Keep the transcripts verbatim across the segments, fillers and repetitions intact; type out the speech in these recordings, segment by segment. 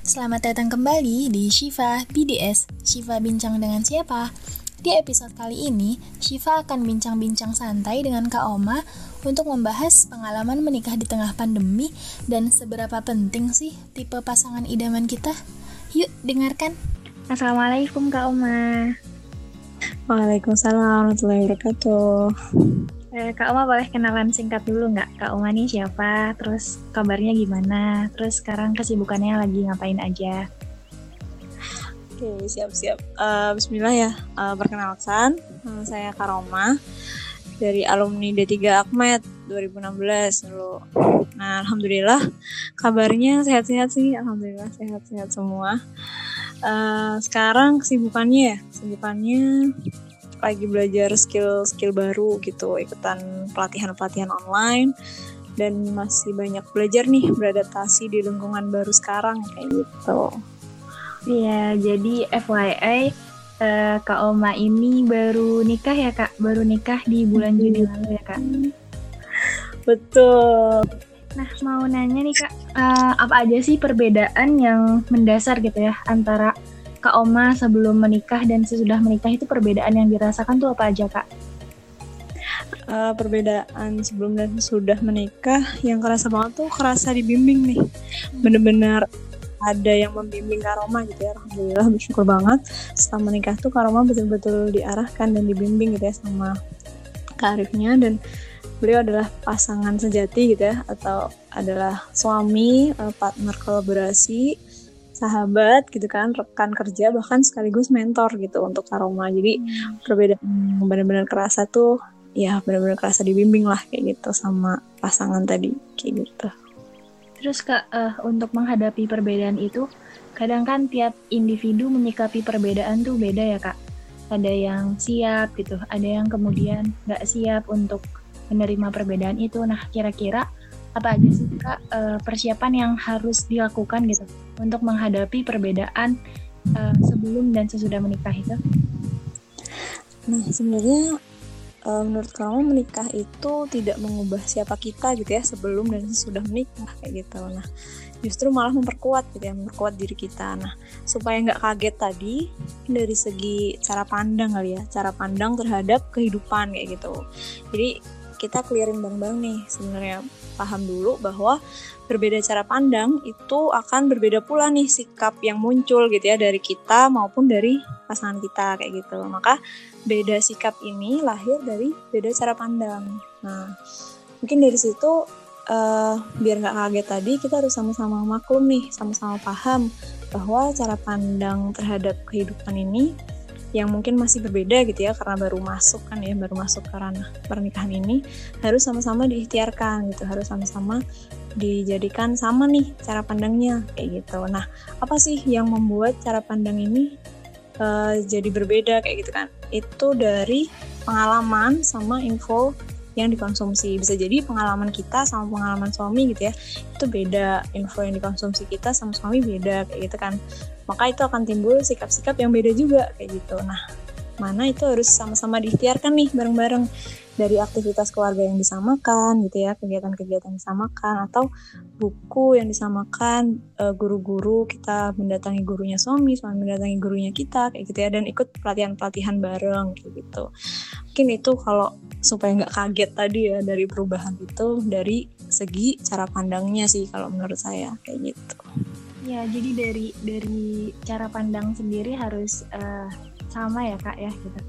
Selamat datang kembali di Shiva B D S. Shiva bincang dengan siapa? Di episode kali ini, Shiva akan bincang-bincang santai dengan Kak Oma untuk membahas pengalaman menikah di tengah pandemi dan seberapa penting sih tipe pasangan idaman kita. Yuk, dengarkan. Assalamualaikum Kak Oma. Waalaikumsalam warahmatullahi wabarakatuh. Eh, Kak Oma boleh kenalan singkat dulu nggak? Kak Oma nih siapa? Terus kabarnya gimana? Terus sekarang kesibukannya lagi ngapain aja? Oke, siap-siap. Uh, Bismillah ya. Uh, perkenalkan, uh, saya Karoma dari alumni D tiga Akmed dua ribu enam belas dulu. Nah, alhamdulillah kabarnya sehat-sehat sih. Alhamdulillah sehat-sehat semua. Uh, sekarang kesibukannya ya, kesibukannya lagi belajar skill-skill baru gitu, ikutan pelatihan-pelatihan online dan masih banyak belajar nih beradaptasi di lingkungan baru sekarang kayak gitu. Iya, jadi F Y I uh, Kak Oma ini baru nikah ya Kak? Baru nikah di bulan Juni lalu ya Kak? Betul. Nah, mau nanya nih Kak, uh, apa aja sih perbedaan yang mendasar gitu ya antara Kak Oma sebelum menikah dan sesudah menikah, itu perbedaan yang dirasakan tuh apa aja Kak? Uh, perbedaan sebelum dan sesudah menikah yang kerasa banget tuh kerasa dibimbing nih. Bener-bener ada yang membimbing Kak Roma gitu ya. Alhamdulillah bersyukur banget setelah menikah tuh Kak Roma betul-betul diarahkan dan dibimbing gitu ya sama Kak Arifnya, dan beliau adalah pasangan sejati gitu ya, atau adalah suami, partner kolaborasi, sahabat gitu kan, rekan kerja, bahkan sekaligus mentor gitu untuk Kak Roma. Jadi hmm. perbedaan benar-benar kerasa tuh ya, benar-benar kerasa dibimbing lah kayak gitu sama pasangan tadi kayak gitu. Terus Kak, uh, untuk menghadapi perbedaan itu, kadang kan tiap individu menyikapi perbedaan tuh beda ya Kak. Ada yang siap gitu, ada yang kemudian nggak siap untuk menerima perbedaan itu. Nah, kira-kira apa aja sih Kak uh, persiapan yang harus dilakukan gitu untuk menghadapi perbedaan uh, sebelum dan sesudah menikah itu? Nah, sebenarnya uh, menurut kamu menikah itu tidak mengubah siapa kita gitu ya sebelum dan sesudah menikah kayak gitu. Nah, justru malah memperkuat gitu ya, memperkuat diri kita. Nah, supaya nggak kaget tadi dari segi cara pandang kali ya, cara pandang terhadap kehidupan kayak gitu. Jadi kita clearin bareng-bareng nih sebenarnya, paham dulu bahwa berbeda cara pandang itu akan berbeda pula nih sikap yang muncul gitu ya dari kita maupun dari pasangan kita kayak gitu. Maka beda sikap ini lahir dari beda cara pandang. Nah, mungkin dari situ uh, biar nggak kaget tadi, kita harus sama-sama maklum nih, sama-sama paham bahwa cara pandang terhadap kehidupan ini yang mungkin masih berbeda gitu ya, karena baru masuk kan ya, baru masuk ke ranah pernikahan ini, harus sama-sama diikhtiarkan gitu, harus sama-sama dijadikan sama nih cara pandangnya kayak gitu. Nah, apa sih yang membuat cara pandang ini uh, jadi berbeda kayak gitu kan? Itu dari pengalaman sama info yang dikonsumsi. Bisa jadi pengalaman kita sama pengalaman suami gitu ya, itu beda, info yang dikonsumsi kita sama suami beda kayak gitu kan. Maka itu akan timbul sikap-sikap yang beda juga kayak gitu. Nah, mana itu harus sama-sama diikhtiarkan nih bareng-bareng, dari aktivitas keluarga yang disamakan gitu ya, kegiatan-kegiatan disamakan, atau buku yang disamakan, e, guru-guru kita mendatangi gurunya suami, suami mendatangi gurunya kita kayak gitu ya, dan ikut pelatihan-pelatihan bareng kayak gitu. Mungkin itu kalau supaya nggak kaget tadi ya dari perubahan itu dari segi cara pandangnya sih kalau menurut saya kayak gitu. Ya, jadi dari dari cara pandang sendiri harus uh, sama ya Kak ya gitu.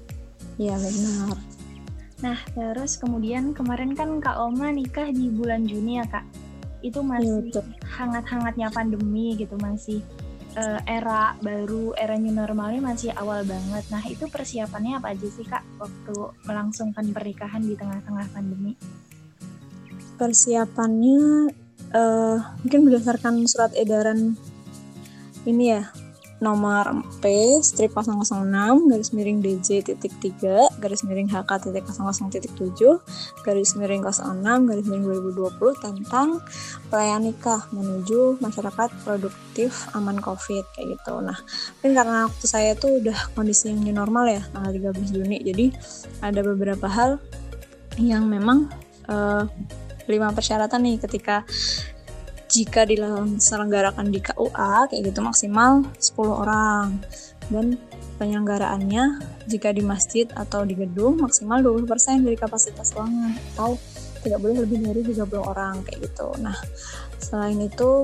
Iya benar. Nah, terus kemudian kemarin kan Kak Oma nikah di bulan Juni ya Kak. Itu masih ya, hangat-hangatnya pandemi gitu, masih uh, era baru, era new normalnya masih awal banget. Nah, itu persiapannya apa aja sih Kak waktu melangsungkan pernikahan di tengah-tengah pandemi? Persiapannya Uh, mungkin berdasarkan surat edaran ini ya, nomor P strip nol nol enam garis miring D J titik tiga garis miring H K titik nol nol titik tujuh garis miring nol enam garis miring dua ribu dua puluh tentang pelayanan nikah menuju masyarakat produktif aman COVID kayak gitu. Nah, mungkin karena waktu saya tuh udah kondisi yang new normal ya, tanggal tiga belas Juni, jadi ada beberapa hal yang memang uh, lima persyaratan nih ketika jika diselenggarakan di K U A kayak gitu maksimal sepuluh orang, dan penyelenggaraannya jika di masjid atau di gedung maksimal dua puluh persen dari kapasitas ruangan, atau tidak boleh lebih dari tiga puluh orang kayak gitu. Nah, selain itu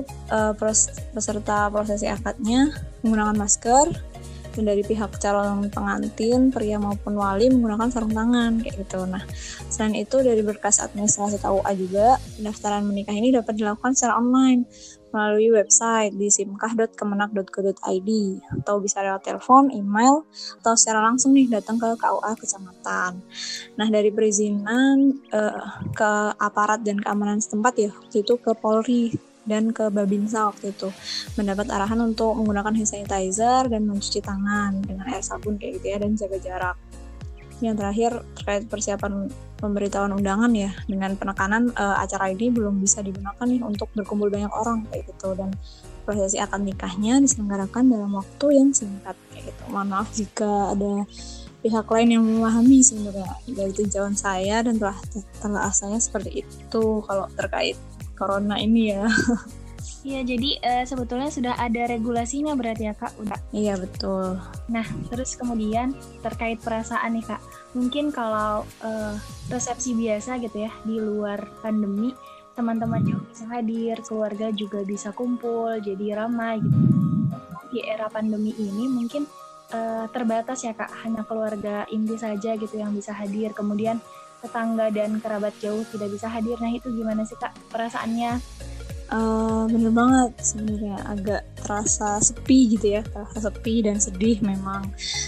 peserta prosesi akadnya menggunakan masker, dan dari pihak calon pengantin pria maupun wali menggunakan sarung tangan kayak gitu. Nah, selain itu dari berkas administrasi K U A juga, pendaftaran menikah ini dapat dilakukan secara online melalui website di simkah dot kemenak dot go dot i d, atau bisa lewat telepon, email, atau secara langsung nih datang ke K U A kecamatan. Nah, dari perizinan uh, ke aparat dan keamanan setempat ya, itu ke Polri dan ke Babinsa waktu itu, mendapat arahan untuk menggunakan hand sanitizer dan mencuci tangan dengan air sabun kayak gitu ya, dan jaga jarak. Yang terakhir terkait persiapan pemberitahuan undangan ya, dengan penekanan uh, acara ini belum bisa digunakan nih untuk berkumpul banyak orang kayak gitu, dan prosesi akad nikahnya diselenggarakan dalam waktu yang singkat kayak gitu. Mohon maaf jika ada pihak lain yang memahami sebenarnya dari tinjauan saya dan telah telah saya seperti itu kalau terkait corona ini ya. Iya, jadi uh, sebetulnya sudah ada regulasinya berarti ya Kak? Udah. Iya, betul. Nah, terus kemudian terkait perasaan nih Kak, mungkin kalau uh, resepsi biasa gitu ya, di luar pandemi, teman-teman juga bisa hadir, keluarga juga bisa kumpul, jadi ramai gitu. Di era pandemi ini mungkin uh, terbatas ya Kak, hanya keluarga inti saja gitu yang bisa hadir, kemudian tetangga dan kerabat jauh tidak bisa hadir. Nah, itu gimana sih Kak perasaannya? Uh, bener banget, sebenarnya agak terasa sepi gitu ya, terasa sepi dan sedih memang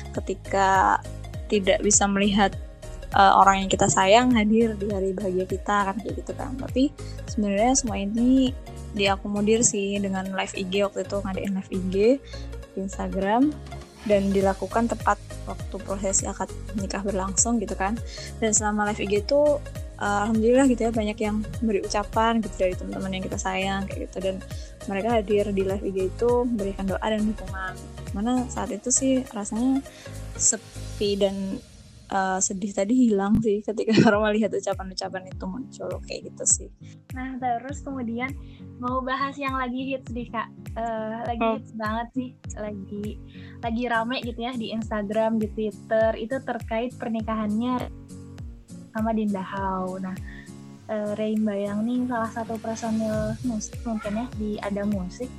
ketika tidak bisa melihat uh, orang yang kita sayang hadir di hari bahagia kita kan kayak gitu kan. Tapi sebenarnya semua ini diakomodir sih dengan live I G waktu itu, ngadain live I G di Instagram dan dilakukan tepat waktu prosesi akad nikah berlangsung gitu kan. Dan selama live I G itu Uh, alhamdulillah gitu ya, banyak yang beri ucapan gitu dari teman-teman yang kita sayang kayak gitu, dan mereka hadir di live I G itu memberikan doa dan dukungan. Mana saat itu sih rasanya sepi dan uh, sedih tadi hilang sih ketika melihat ucapan-ucapan itu muncul kayak gitu sih. Nah, terus kemudian mau bahas yang lagi hits nih Kak, uh, lagi oh. hits banget sih, lagi lagi rame gitu ya di Instagram, di Twitter, itu terkait pernikahannya sama Dinda Hau. Nah, uh, Rein Bayang nih salah satu personil musik mungkin ya di Ada Musik.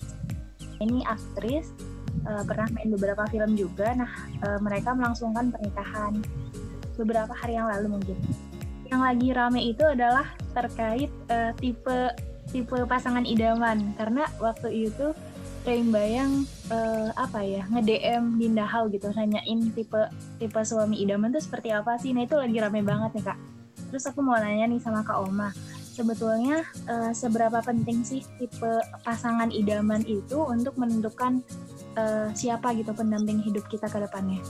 Ini aktris, uh, pernah main beberapa film juga. Nah, uh, mereka melangsungkan pernikahan beberapa hari yang lalu mungkin. Yang lagi rame itu adalah terkait uh, tipe tipe pasangan idaman, karena waktu itu Rein Bayang uh, apa ya nge-D M Dinda Hau gitu, nanyain tipe tipe suami idaman tuh seperti apa sih. Nah, itu lagi rame banget nih Kak. Terus aku mau nanya nih sama Kak Oma, sebetulnya uh, seberapa penting sih tipe pasangan idaman itu untuk menentukan uh, siapa gitu pendamping hidup kita ke depannya?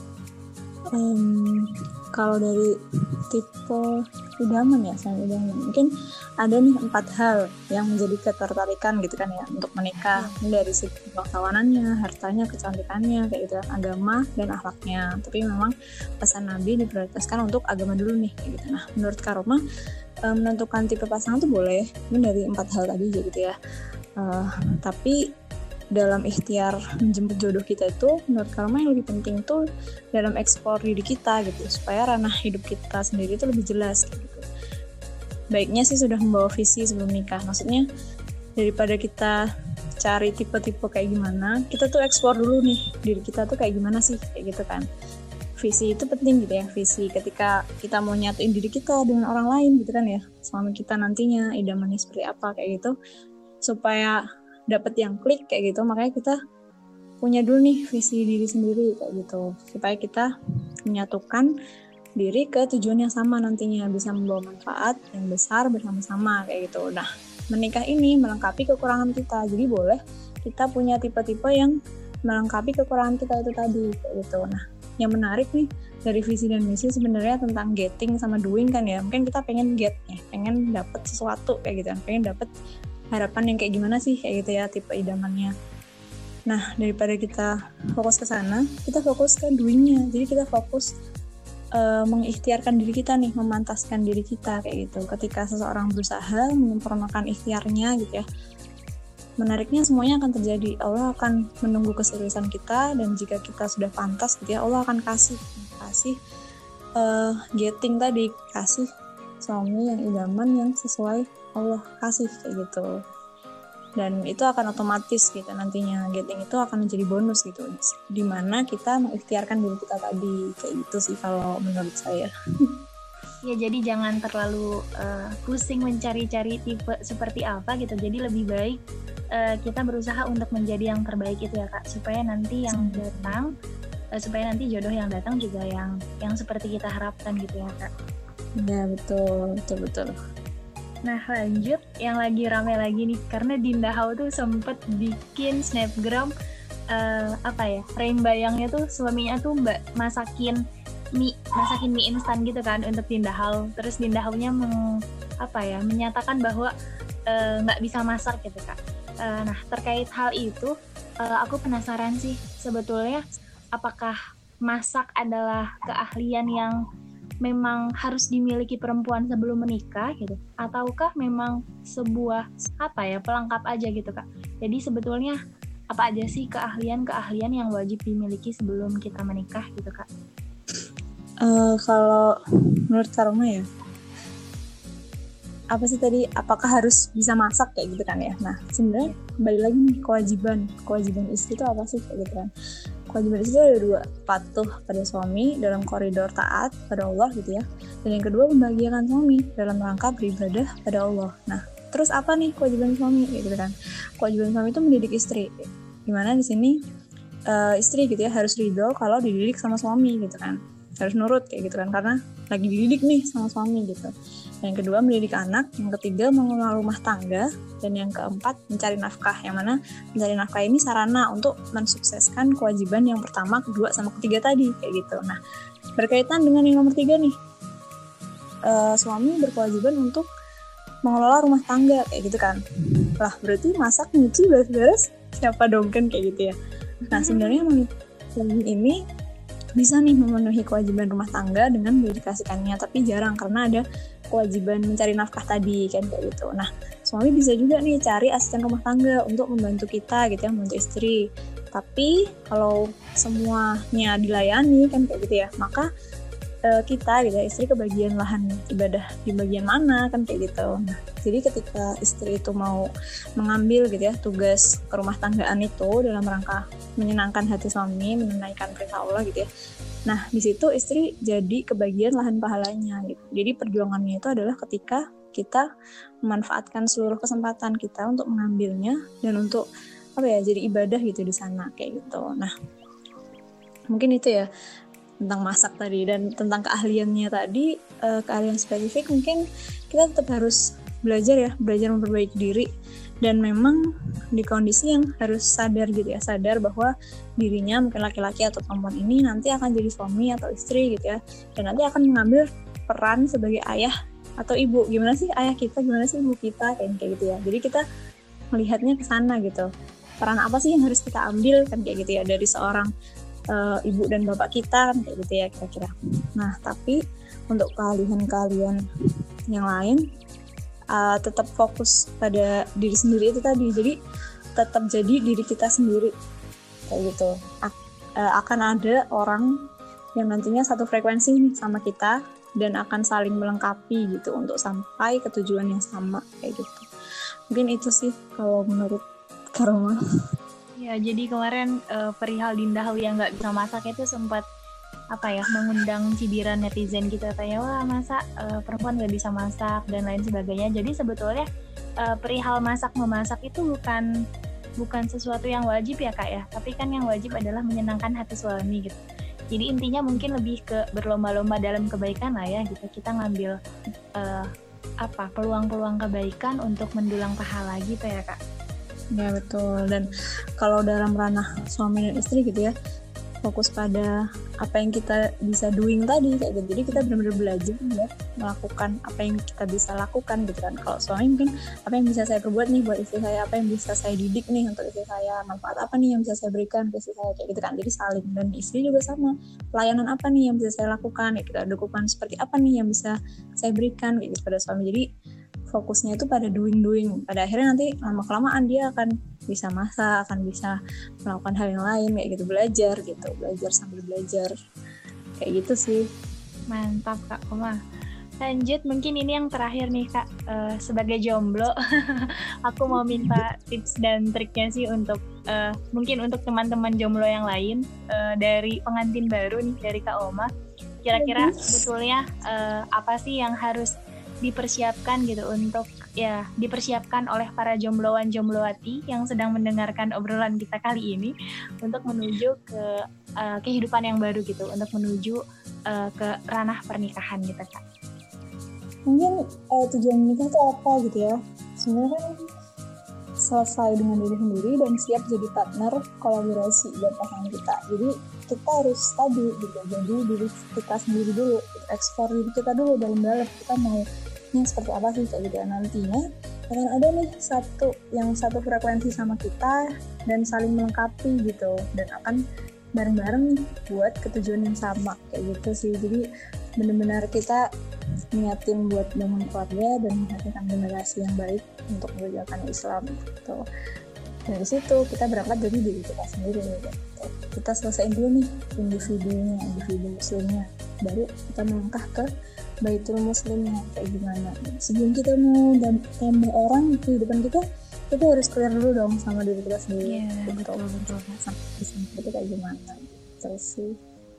Um, kalau dari tipe idaman ya, sama idaman mungkin ada nih empat hal yang menjadi ketertarikan gitu kan ya untuk menikah. Ini dari segi bangsawanannya, hartanya, kecantikannya, kayak gitu kan, agama dan akhlaknya. Tapi memang pesan Nabi diprioritaskan untuk agama dulu nih kayak gitu. Nah, menurut Kak Roma, um, menentukan tipe pasangan tuh boleh, ini dari empat hal tadi gitu ya. Uh, tapi dalam ikhtiar menjemput jodoh kita itu, menurut Karma yang lebih penting tuh dalam eksplor diri kita gitu, supaya ranah hidup kita sendiri itu lebih jelas gitu. Baiknya sih sudah membawa visi sebelum nikah. Maksudnya daripada kita cari tipe-tipe kayak gimana, kita tuh eksplor dulu nih diri kita tuh kayak gimana sih kayak gitu kan. Visi itu penting gitu ya, visi ketika kita mau nyatuin diri kita dengan orang lain gitu kan ya, suami kita nantinya idamannya seperti apa kayak gitu, supaya dapat yang klik kayak gitu. Makanya kita punya dulu nih visi diri sendiri kayak gitu, supaya kita menyatukan diri ke tujuan yang sama nantinya, bisa membawa manfaat yang besar bersama-sama kayak gitu. Nah, menikah ini melengkapi kekurangan kita, jadi boleh kita punya tipe-tipe yang melengkapi kekurangan kita itu tadi kayak gitu. Nah, yang menarik nih dari visi dan misi sebenarnya tentang getting sama doing kan ya. Mungkin kita pengen get nih, pengen dapet sesuatu kayak gitu kan, pengen dapet harapan yang kayak gimana sih kayak gitu ya tipe idamannya. Nah, daripada kita fokus ke sana, kita fokus ke doingnya. Jadi kita fokus uh, mengikhtiarkan diri kita nih, memantaskan diri kita kayak gitu. Ketika seseorang berusaha menyempurnakan ikhtiarnya gitu ya, menariknya semuanya akan terjadi. Allah akan menunggu keseriusan kita, dan jika kita sudah pantas gitu ya, Allah akan kasih kasih uh, getting tadi, kasih suami yang idaman yang sesuai Allah kasih kayak gitu. Dan itu akan otomatis gitu nantinya, getting itu akan menjadi bonus gitu, dimana kita mengikhtiarkan diri kita tadi kayak gitu sih kalau menurut saya. Ya, jadi jangan terlalu uh, pusing mencari-cari tipe seperti apa gitu. Jadi lebih baik uh, kita berusaha untuk menjadi yang terbaik itu ya Kak, supaya nanti yang datang, uh, supaya nanti jodoh yang datang juga yang yang seperti kita harapkan gitu ya Kak. Ya betul, betul betul. Nah lanjut, yang lagi rame lagi nih, karena Dinda Hao tuh sempet bikin snapgram uh, apa ya, frame bayangnya tuh suaminya tuh mbak masakin mie, masakin mie instan gitu kan untuk Dinda Hao. Terus Dinda Hao-nya meng, apa ya, menyatakan bahwa nggak uh, bisa masak gitu Kak. Uh, nah terkait hal itu, uh, aku penasaran sih sebetulnya apakah masak adalah keahlian yang memang harus dimiliki perempuan sebelum menikah gitu, ataukah memang sebuah apa ya pelengkap aja gitu Kak. Jadi sebetulnya apa aja sih keahlian-keahlian yang wajib dimiliki sebelum kita menikah gitu Kak? Uh, kalau menurut Karoma ya, apa sih tadi, apakah harus bisa masak kayak gitu kan ya. Nah sebenarnya kembali lagi nih, kewajiban kewajiban istri itu apa sih kayak gitu kan. Kewajiban istri itu ada dua, patuh pada suami dalam koridor taat pada Allah gitu ya, dan yang kedua membahagiakan suami dalam rangka beribadah pada Allah. Nah terus apa nih kewajiban suami kayak gitu kan. Kewajiban suami itu mendidik istri, dimana di sini uh, istri gitu ya harus ridho kalau dididik sama suami gitu kan, harus nurut kayak gitu kan, karena lagi dididik nih sama suami gitu. Yang kedua mendidik anak, yang ketiga mengelola rumah tangga, dan yang keempat mencari nafkah, yang mana mencari nafkah ini sarana untuk mensukseskan kewajiban yang pertama, kedua, sama ketiga tadi kayak gitu. Nah berkaitan dengan yang nomor tiga nih, uh, suami berkewajiban untuk mengelola rumah tangga kayak gitu kan. Lah berarti masak, nyuci, beres-beres siapa dong kan kayak gitu ya. Nah sebenarnya ini bisa nih memenuhi kewajiban rumah tangga dengan mendedikasikannya, tapi jarang karena ada kewajiban mencari nafkah tadi kan kayak gitu. Nah suami bisa juga nih cari asisten rumah tangga untuk membantu kita gitu ya, membantu istri. Tapi kalau semuanya dilayani kan kayak gitu ya, maka uh, kita gitu ya, istri kebagian lahan ibadah di bagian mana kan kayak gitu. Nah jadi ketika istri itu mau mengambil gitu ya tugas kerumah tanggaan itu dalam rangka menyenangkan hati suami, menunaikan perintah Allah gitu ya, nah di situ istri jadi kebagian lahan pahalanya gitu. Jadi perjuangannya itu adalah ketika kita memanfaatkan seluruh kesempatan kita untuk mengambilnya dan untuk apa ya, jadi ibadah gitu di sana kayak gitu. Nah mungkin itu ya tentang masak tadi, dan tentang keahliannya tadi, uh, keahlian spesifik mungkin kita tetap harus belajar ya, belajar memperbaiki diri, dan memang di kondisi yang harus sadar gitu ya, sadar bahwa dirinya mungkin laki-laki atau perempuan ini nanti akan jadi suami atau istri gitu ya, dan nanti akan mengambil peran sebagai ayah atau ibu. Gimana sih ayah kita, gimana sih ibu kita, kayak gitu ya. Jadi kita melihatnya ke sana gitu, peran apa sih yang harus kita ambil kan kayak gitu ya dari seorang uh, ibu dan bapak kita kan kayak gitu ya kira-kira. Nah tapi untuk keahlian-keahlian yang lain, Uh, tetap fokus pada diri sendiri itu tadi. Jadi tetap jadi diri kita sendiri kayak gitu. A- uh, akan ada orang yang nantinya satu frekuensi nih sama kita dan akan saling melengkapi gitu untuk sampai ke tujuan yang sama kayak gitu. Mungkin itu sih kalau menurut Karoma. Ya jadi kemarin uh, perihal Dinda Hao yang nggak bisa masak itu sempat apa ya, mengundang cibiran netizen gitu, katanya wah masa uh, perempuan nggak bisa masak dan lain sebagainya. Jadi sebetulnya uh, perihal masak memasak itu bukan bukan sesuatu yang wajib ya Kak ya, tapi kan yang wajib adalah menyenangkan hati suami gitu. Jadi intinya mungkin lebih ke berlomba-lomba dalam kebaikan lah ya gitu, kita ngambil uh, apa peluang-peluang kebaikan untuk mendulang pahala gitu ya Kak. Ya betul. Dan kalau dalam ranah suami dan istri gitu ya, fokus pada apa yang kita bisa doing tadi kayak gitu. Jadi kita benar-benar belajar ya, melakukan apa yang kita bisa lakukan gitu kan. Kalau suami mungkin apa yang bisa saya perbuat nih buat istri saya, apa yang bisa saya didik nih untuk istri saya, manfaat apa nih yang bisa saya berikan ke istri saya kayak gitu kan. Jadi saling. Dan istri juga sama, pelayanan apa nih yang bisa saya lakukan kayak gitu, dukungan seperti apa nih yang bisa saya berikan kayak gitu pada suami. Jadi fokusnya itu pada doing-doing. Pada akhirnya nanti lama-kelamaan dia akan bisa masak, akan bisa melakukan hal yang lain kayak gitu, belajar gitu, belajar sambil belajar kayak gitu sih. Mantap Kak Oma. Lanjut, mungkin ini yang terakhir nih Kak, uh, sebagai jomblo aku mau minta tips dan triknya sih untuk uh, mungkin untuk teman-teman jomblo yang lain, uh, dari pengantin baru nih dari Kak Oma. Kira-kira sebetulnya uh, apa sih yang harus dipersiapkan gitu untuk ya dipersiapkan oleh para jombloan jombloati yang sedang mendengarkan obrolan kita kali ini untuk menuju ke uh, kehidupan yang baru gitu, untuk menuju uh, ke ranah pernikahan gitu Kak. Mungkin uh, tujuan menikah itu apa gitu ya, sebenarnya kan selesai dengan diri sendiri dan siap jadi partner kolaborasi buat pasangan kita. Jadi kita harus tadi gitu, jadi diri kita sendiri dulu, ekspor diri kita dulu dalam-dalam, kita mau yang seperti apa sih kayak gitu. Nantinya akan ada nih satu yang satu frekuensi sama kita dan saling melengkapi gitu, dan akan bareng-bareng buat ketujuan yang sama kayak gitu sih. Jadi benar-benar kita niatin buat bangun keluarga dan menghasilkan generasi yang baik untuk menjalankan Islam gitu. Dari situ kita berangkat dari diri kita sendiri gitu. Kita selesaiin dulu nih individunya, individu muslimnya, baru kita melangkah ke Baitul Muslimnya kayak gimana. Sebelum kita mau tambah orang di kehidupan kita, kita harus clear dulu dong sama diri kita sendiri. Iya, gitu. betul, betul. Sampai itu kayak gimana. Terus sih.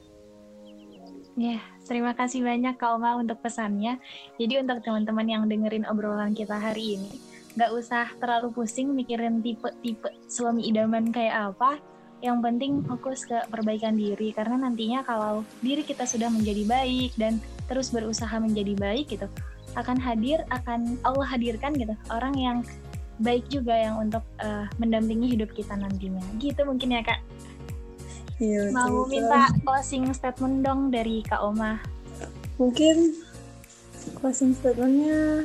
Ya, yeah, terima kasih banyak Kak Oma untuk pesannya. Jadi untuk teman-teman yang dengerin obrolan kita hari ini, gak usah terlalu pusing mikirin tipe-tipe suami idaman kayak apa. Yang penting fokus ke perbaikan diri, karena nantinya kalau diri kita sudah menjadi baik dan terus berusaha menjadi baik gitu, akan hadir, akan Allah hadirkan gitu orang yang baik juga yang untuk uh, mendampingi hidup kita nantinya. Gitu mungkin ya Kak. Iya, mau betul. Minta closing statement dong dari Kak Oma. Mungkin closing statementnya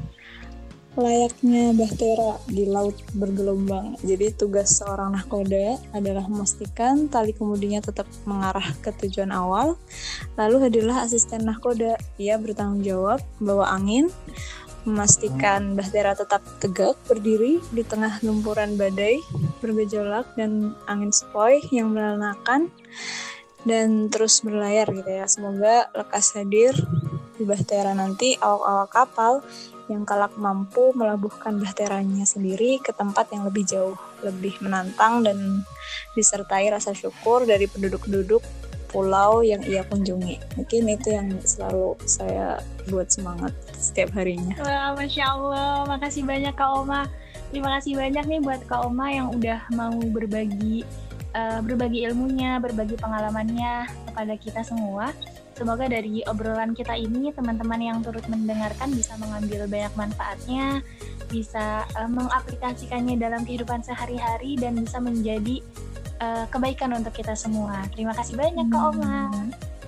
layaknya bahtera di laut bergelombang. Jadi tugas seorang nahkoda adalah memastikan tali kemudinya tetap mengarah ke tujuan awal. Lalu hadirlah asisten nahkoda. Ia bertanggung jawab membawa angin, memastikan bahtera tetap tegak berdiri di tengah gempuran badai bergejolak dan angin sepoi yang melanakan, dan terus berlayar gitu ya. Semoga lekas hadir di bahtera nanti awak-awak kapal yang kelak mampu melabuhkan bahteranya sendiri ke tempat yang lebih jauh, lebih menantang, dan disertai rasa syukur dari penduduk-penduduk pulau yang ia kunjungi. Mungkin itu yang selalu saya buat semangat setiap harinya. Wah, Masya Allah, makasih banyak Kak Oma. Terima kasih banyak nih buat Kak Oma yang udah mau berbagi uh, berbagi ilmunya, berbagi pengalamannya kepada kita semua. Semoga dari obrolan kita ini teman-teman yang turut mendengarkan bisa mengambil banyak manfaatnya, bisa uh, mengaplikasikannya dalam kehidupan sehari-hari dan bisa menjadi uh, kebaikan untuk kita semua. Terima kasih banyak Kak Oma.